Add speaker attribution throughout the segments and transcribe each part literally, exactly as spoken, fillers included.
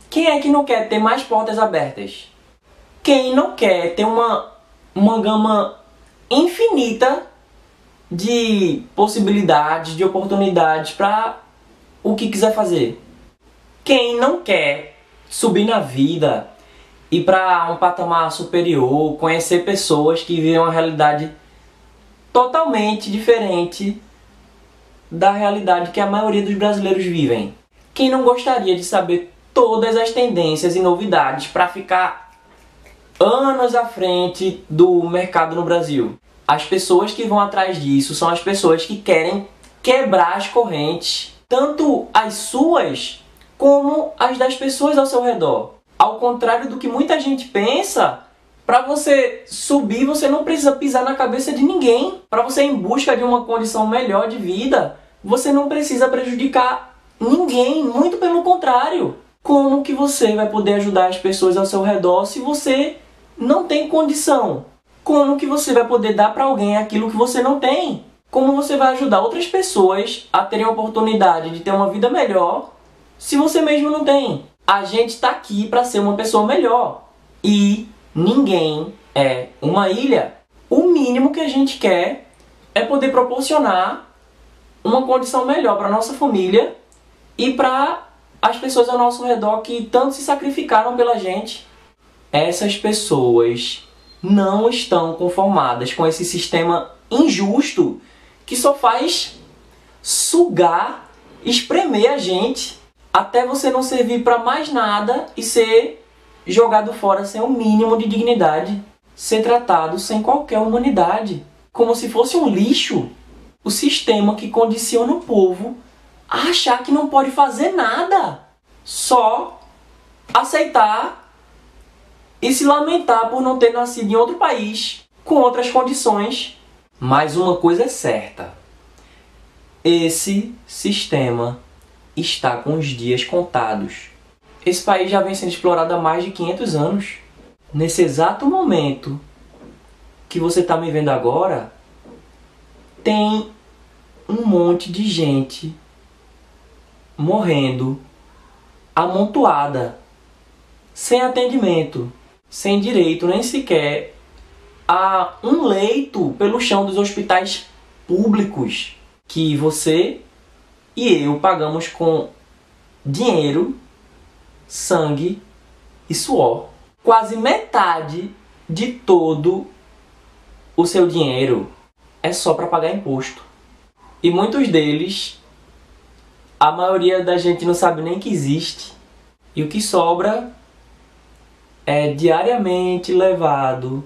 Speaker 1: Quem é que não quer ter mais portas abertas? Quem não quer ter uma, uma gama infinita de possibilidades, de oportunidades para o que quiser fazer? Quem não quer subir na vida, ir para um patamar superior, conhecer pessoas que vivem uma realidade totalmente diferente da realidade que a maioria dos brasileiros vivem? Quem não gostaria de saber todas as tendências e novidades para ficar anos à frente do mercado no Brasil? As pessoas que vão atrás disso são as pessoas que querem quebrar as correntes, tanto as suas como as das pessoas ao seu redor. Ao contrário do que muita gente pensa, para você subir você não precisa pisar na cabeça de ninguém. Para você ir em busca de uma condição melhor de vida, você não precisa prejudicar ninguém, muito pelo contrário. Como que você vai poder ajudar as pessoas ao seu redor se você não tem condição? Como que você vai poder dar para alguém aquilo que você não tem? Como você vai ajudar outras pessoas a terem a oportunidade de ter uma vida melhor se você mesmo não tem? A gente está aqui para ser uma pessoa melhor. E ninguém é uma ilha. O mínimo que a gente quer é poder proporcionar uma condição melhor para nossa família e para as pessoas ao nosso redor que tanto se sacrificaram pela gente. Essas pessoas não estão conformadas com esse sistema injusto que só faz sugar, espremer a gente até você não servir para mais nada e ser jogado fora sem o mínimo de dignidade, ser tratado sem qualquer humanidade, como se fosse um lixo. O sistema que condiciona o povo a achar que não pode fazer nada, só aceitar e se lamentar por não ter nascido em outro país, com outras condições. Mas uma coisa é certa: esse sistema está com os dias contados. Esse país já vem sendo explorado há mais de quinhentos anos. Nesse exato momento que você está me vendo agora, tem um monte de gente morrendo, amontoada, sem atendimento, sem direito nem sequer a um leito pelo chão dos hospitais públicos que você e eu pagamos com dinheiro, sangue e suor. Quase metade de todo o seu dinheiro é só para pagar imposto. E muitos deles, a maioria da gente não sabe nem que existe. E o que sobra é diariamente levado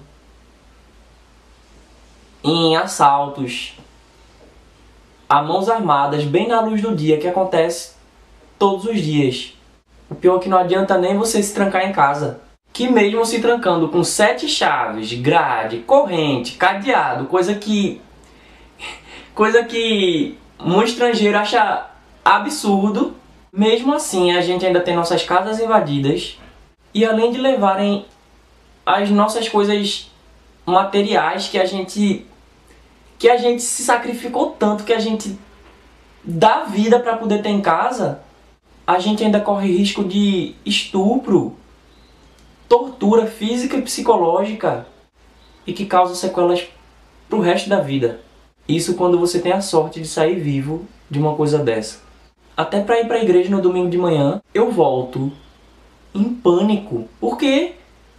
Speaker 1: em assaltos a mãos armadas, bem na luz do dia, que acontece todos os dias. O pior é que não adianta nem você se trancar em casa, que mesmo se trancando com sete chaves, grade, corrente, cadeado, coisa que coisa que um estrangeiro acha absurdo, mesmo assim a gente ainda tem nossas casas invadidas, e além de levarem as nossas coisas materiais que a gente que a gente se sacrificou tanto, que a gente dá vida para poder ter em casa, a gente ainda corre risco de estupro, tortura física e psicológica, e que causa sequelas pro resto da vida. Isso quando você tem a sorte de sair vivo de uma coisa dessa. Até para ir para a igreja no domingo de manhã, eu volto em pânico, porque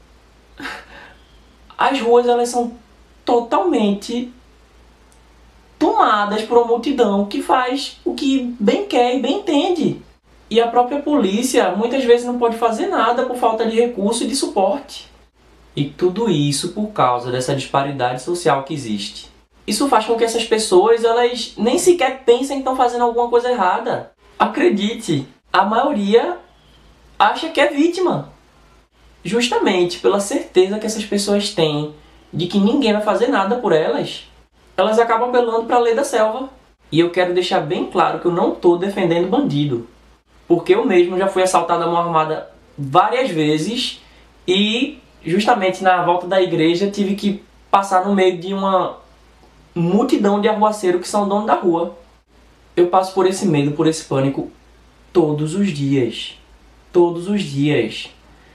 Speaker 1: as ruas elas são totalmente tomadas por uma multidão que faz o que bem quer e bem entende. E a própria polícia muitas vezes não pode fazer nada por falta de recurso e de suporte. E tudo isso por causa dessa disparidade social que existe. Isso faz com que essas pessoas elas nem sequer pensem que estão fazendo alguma coisa errada. Acredite, a maioria acha que é vítima, justamente pela certeza que essas pessoas têm de que ninguém vai fazer nada por elas. Elas acabam apelando para a lei da selva. E eu quero deixar bem claro que eu não estou defendendo bandido, porque eu mesmo já fui assaltado à mão armada várias vezes e justamente na volta da igreja tive que passar no meio de uma multidão de arruaceiros que são donos da rua. Eu passo por esse medo, por esse pânico todos os dias. todos os dias.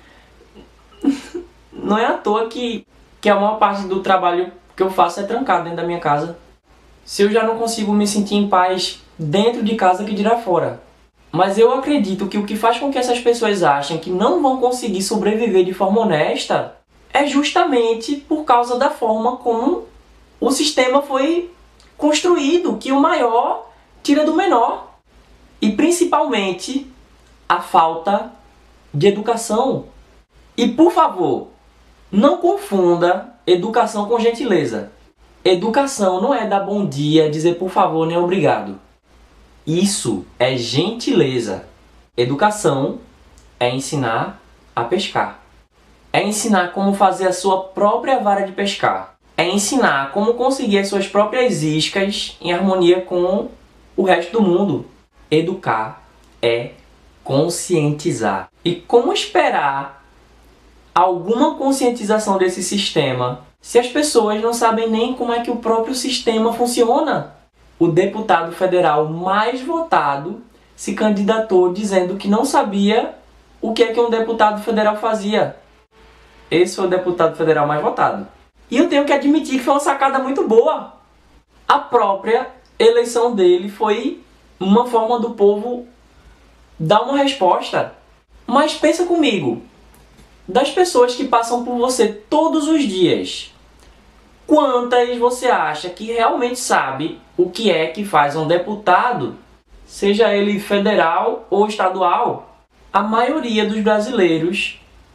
Speaker 1: Não é à toa que, que a maior parte do trabalho que eu faço é trancado dentro da minha casa. Se eu já não consigo me sentir em paz dentro de casa, que dirá fora. Mas eu acredito que o que faz com que essas pessoas achem que não vão conseguir sobreviver de forma honesta é justamente por causa da forma como o sistema foi construído, que o maior tira do menor. E principalmente a falta de educação. E por favor, não confunda educação com gentileza. Educação não é dar bom dia, dizer por favor nem obrigado. Isso é gentileza. Educação é ensinar a pescar. É ensinar como fazer a sua própria vara de pescar. É ensinar como conseguir as suas próprias iscas em harmonia com o resto do mundo. Educar é conscientizar. E como esperar alguma conscientização desse sistema se as pessoas não sabem nem como é que o próprio sistema funciona? O deputado federal mais votado se candidatou dizendo que não sabia o que é que um deputado federal fazia. Esse foi o deputado federal mais votado. E eu tenho que admitir que foi uma sacada muito boa. A própria eleição dele foi uma forma do povo dar uma resposta. Mas pensa comigo, das pessoas que passam por você todos os dias, quantas você acha que realmente sabe o que é que faz um deputado, seja ele federal ou estadual? A maioria dos brasileiros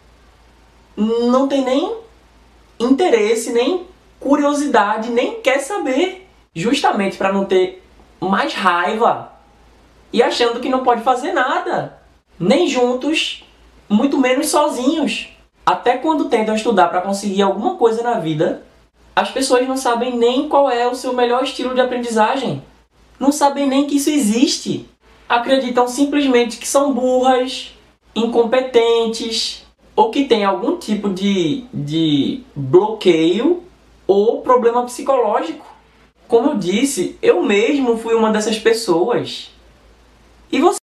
Speaker 1: não tem nem interesse, nem curiosidade, nem quer saber. Justamente para não ter mais raiva e achando que não pode fazer nada. Nem juntos, muito menos sozinhos. Até quando tentam estudar para conseguir alguma coisa na vida, as pessoas não sabem nem qual é o seu melhor estilo de aprendizagem. Não sabem nem que isso existe. Acreditam simplesmente que são burras, incompetentes, ou que têm algum tipo de, de bloqueio ou problema psicológico. Como eu disse, eu mesmo fui uma dessas pessoas. E você?